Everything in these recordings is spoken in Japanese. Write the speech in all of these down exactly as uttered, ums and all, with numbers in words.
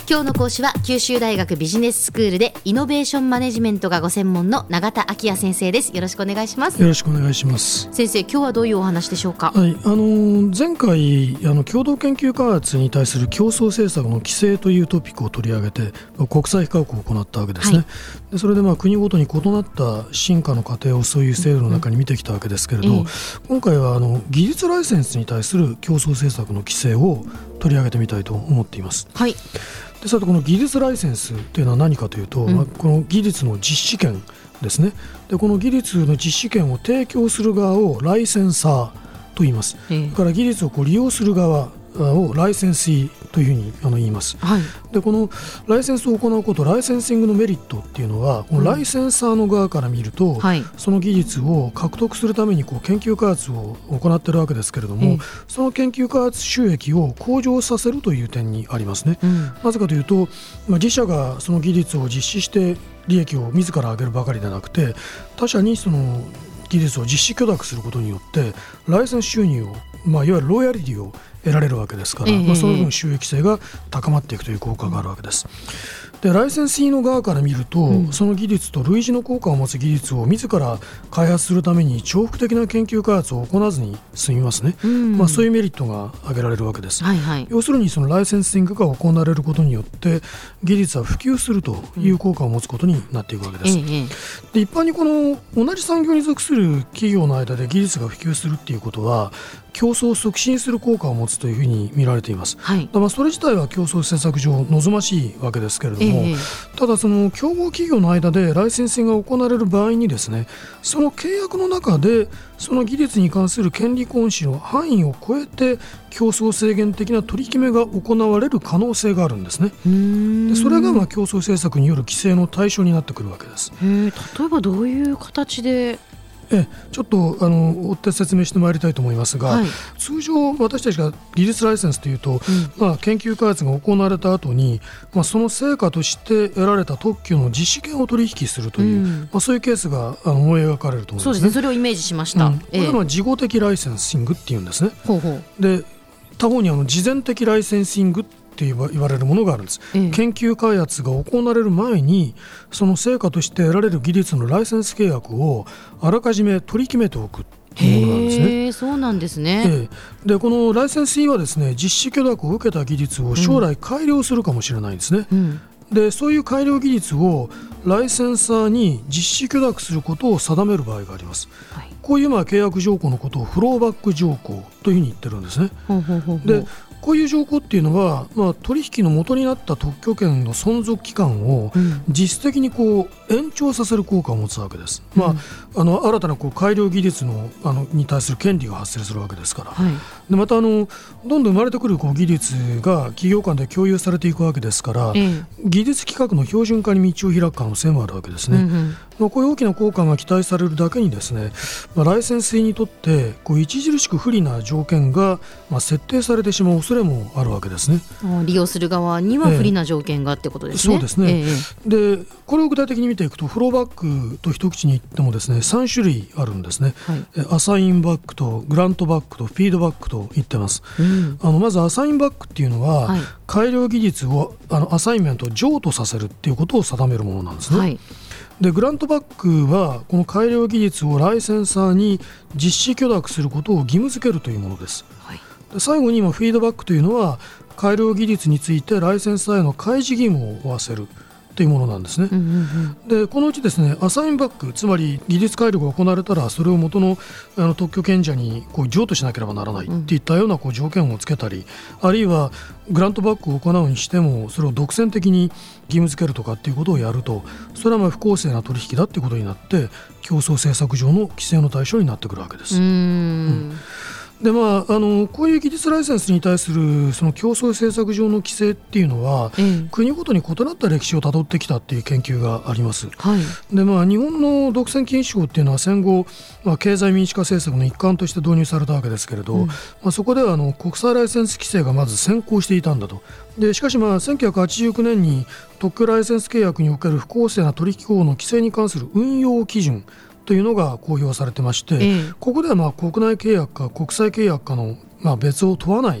今日の講師は九州大学ビジネススクールでイノベーションマネジメントがご専門の永田昭也先生です。よろしくお願いします。 よろしくお願いします。 先生、今日はどういうお話でしょうか。 はい、あの前回あの共同研究開発に対する競争政策の規制というトピックを取り上げて国際比較を行ったわけですね、はい、でそれでまあ国ごとに異なった進化の過程をそういう制度の中に見てきたわけですけれど、うんうん、今回はあの技術ライセンスに対する競争政策の規制を取り上げてみたいと思っています。 はい。 でさて、この技術ライセンスというのは何かというと、うんまあ、この技術の実施権ですね。でこの技術の実施権を提供する側をライセンサーと言います、えー、それから技術をこう利用する側をライセンシーというふうにあの言います、はい、でこのライセンスを行うこと、ライセンシングのメリットっていうのは、このライセンサーの側から見ると、うんはい、その技術を獲得するためにこう研究開発を行っているわけですけれども、うん、その研究開発収益を向上させるという点にありますね、うん、なぜかというと、まあ、自社がその技術を実施して利益を自ら上げるばかりではなくて、他社にその技術を実施許諾することによってライセンス収入を、まあ、いわゆるロイヤリティを得られるわけですから、えーまあ、その分収益性が高まっていくという効果があるわけです。でライセンシーの側から見ると、うん、その技術と類似の効果を持つ技術を自ら開発するために重複的な研究開発を行わずに済みますね、うんまあ、そういうメリットが挙げられるわけです、はいはい、要するにそのライセンシングが行われることによって技術は普及するという効果を持つことになっていくわけです、うん、で一般にこの同じ産業に属する企業の間で技術が普及するということは競争を促進する効果を持つというふうに見られています、はい、だまあそれ自体は競争政策上望ましいわけですけれども、えー、ただその競合企業の間でライセンシングが行われる場合にですね、その契約の中でその技術に関する権利行使の範囲を超えて競争制限的な取り決めが行われる可能性があるんですね。うーんでそれがまあ競争政策による規制の対象になってくるわけです。 へ例えばどういう形でえちょっとあの追って説明してまいりたいと思いますが、はい、通常私たちが技術ライセンスというと、うんまあ、研究開発が行われた後に、まあ、その成果として得られた特許の実施権を取引するという、うんまあ、そういうケースがあの思い描かれると思いますね。 そうですね、それをイメージしました、うん、これは事後的ライセンシングっていうんですね。ほうほうで他方にあの事前的ライセンシングって言われるものがあるんです、ええ、研究開発が行われる前にその成果として得られる技術のライセンス契約をあらかじめ取り決めておくというものなんですね。 へそうなんですね、 ええ、でこのライセンス E はですね、実施許諾を受けた技術を将来改良するかもしれないんですね、うん、でそういう改良技術をライセンサーに実施許諾することを定める場合があります、はい、こういうまあ契約条項のことをフローバック条項というふうに言ってるんですね。ほうほうほうほうでこういう条項っていうのは、まあ、取引の元になった特許権の存続期間を実質的にこう延長させる効果を持つわけです、うんまあ、あの新たなこう改良技術 の, あのに対する権利が発生するわけですから、はい、でまたあのどんどん生まれてくるこう技術が企業間で共有されていくわけですから、うん、技術規格の標準化に道を開く可能性もあるわけですね、うんうんまあ、こういう大きな効果が期待されるだけにですね、まあ、ライセンスにとってこう著しく不利な条件がまあ設定されてしまう恐れもあるわけですね。 利用する側には不利な条件がってことですね、 えー、そうですね、えー、でこれを具体的に見ていくとフローバックと一口に言ってもですねさん種類あるんですね、はい、アサインバックとグラントバックとフィードバックと言ってます、うん、あのまずアサインバックっていうのは、はい、改良技術をあのアサインメントを譲渡させるっていうことを定めるものなんですね、はいでグラントバックはこの改良技術をライセンサーに実施許諾することを義務付けるというものです、はい、で最後に今フィードバックというのは改良技術についてライセンサーへの開示義務を負わせるというものなんですね、うんうんうん、でこのうちですねアサインバックつまり技術改良が行われたらそれを元 の, あの特許権者にこう譲渡しなければならないといったようなこう条件をつけたり、あるいはグラントバックを行うにしてもそれを独占的に義務付けるとかっていうことをやるとそれはまあ不公正な取引だっていうことになって競争政策上の規制の対象になってくるわけです。うーん、うんでまあ、あのこういう技術ライセンスに対するその競争政策上の規制っていうのは、うん、国ごとに異なった歴史をたどってきたっていう研究があります、はいでまあ、日本の独占禁止法っていうのは戦後、まあ、経済民主化政策の一環として導入されたわけですけれど、うんまあ、そこではあの国際ライセンス規制がまず先行していたんだと。でしかしまあせんきゅうひゃくはちじゅうきゅうねんに特許ライセンス契約における不公正な取引法の規制に関する運用基準というのが公表されてまして、ええ、ここではまあ国内契約か国際契約かのまあ別を問わない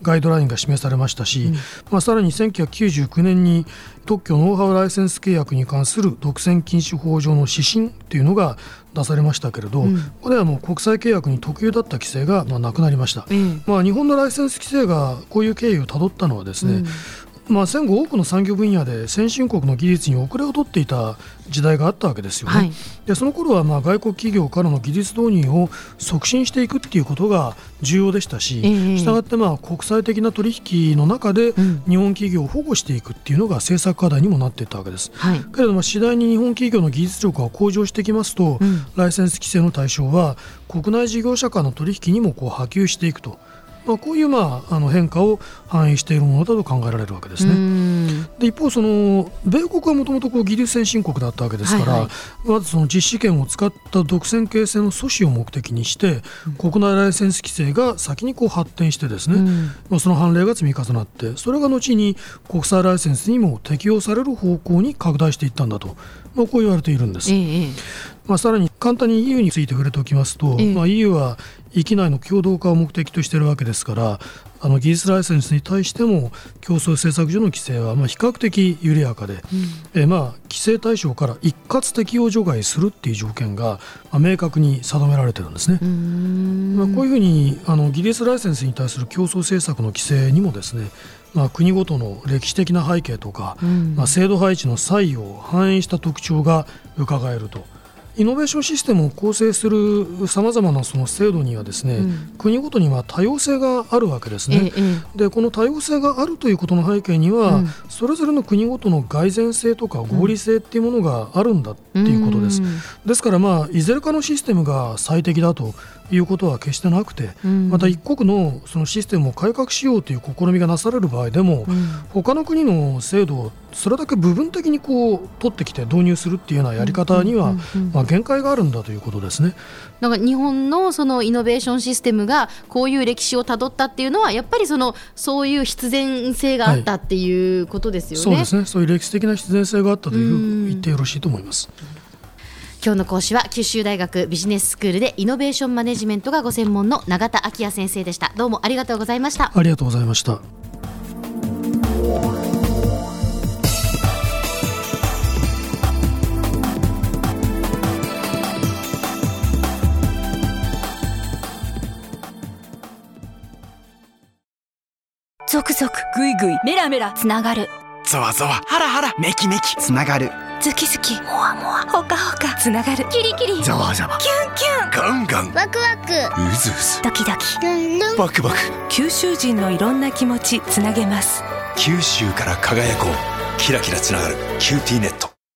ガイドラインが示されましたし、うんまあ、さらにせんきゅうひゃくきゅうじゅうきゅうねんに特許ノウハウライセンス契約に関する独占禁止法上の指針というのが出されましたけれど、うん、これはもう国際契約に特有だった規制がまあなくなりました、うんまあ、日本のライセンス規制がこういう経緯をたどったのはですね、うんまあ、戦後多くの産業分野で先進国の技術に遅れを取っていた時代があったわけですよね、はい、でその頃はまあ外国企業からの技術導入を促進していくっていうことが重要でしたし、えー、したがってまあ国際的な取引の中で日本企業を保護していくっていうのが政策課題にもなっていったわけです、はい、けれども次第に日本企業の技術力が向上してきますと、うん、ライセンス規制の対象は国内事業者間の取引にもこう波及していくと、まあ、こういうまああの変化を反映しているものだと考えられるわけですね。で一方その米国はもともと技術先進国だったわけですから、はいはい、まずその実施権を使った独占形成の阻止を目的にして、うん、国内ライセンス規制が先にこう発展してですね、うんまあ、その判例が積み重なってそれが後に国際ライセンスにも適用される方向に拡大していったんだと、まあ、こう言われているんです、ええまあ、さらに簡単に イーユー について触れておきますと、ええまあ、イーユー は域内の共同化を目的としているわけですからあの技術ライセンスに対しても競争政策上の規制はまあ比較的緩やかで、うんえまあ規制対象から一括適用除外するっていう条件がまあ明確に定められているんですね。うーん、まあ、こういうふうにあの技術ライセンスに対する競争政策の規制にもですね、まあ、国ごとの歴史的な背景とか、うんまあ、制度配置の差異を反映した特徴が伺えると。イノベーションシステムを構成するさまざまなその制度にはですね、うん、国ごとには多様性があるわけですね、ええ、でこの多様性があるということの背景には、うん、それぞれの国ごとの蓋然性とか合理性っていうものがあるんだっていうことです、うん、ですからまあいずれかのシステムが最適だということは決してなくて、うん、また一国のそのシステムを改革しようという試みがなされる場合でも、うん、他の国の制度をそれだけ部分的にこう取ってきて導入するっていうようなやり方には、うんうんうんうんまあ、限界があるんだということですね。 なんか日本のそのイノベーションシステムがこういう歴史をたどったっていうのはやっぱりそのそういう必然性があったっていうことですよね、 はい、そうですね。そういう歴史的な必然性があったというふうに言ってよろしいと思います。 今日の講師は九州大学ビジネススクールでイノベーションマネジメントがご専門の永田昭也先生でした。どうもありがとうございました。 ありがとうございました。 ゾクゾクグイグイメラメラつながる、 ゾワゾワハラハラメキメキつながる、 ズキズキモワモワホカホカつながる、キリキリザワザワキュンキュンガンガンワクワクウズウズドキドキルンルンバクバク、 九州人のいろんな気持ちつなげます。 九州から輝こう、キラキラつながるキューティーネット。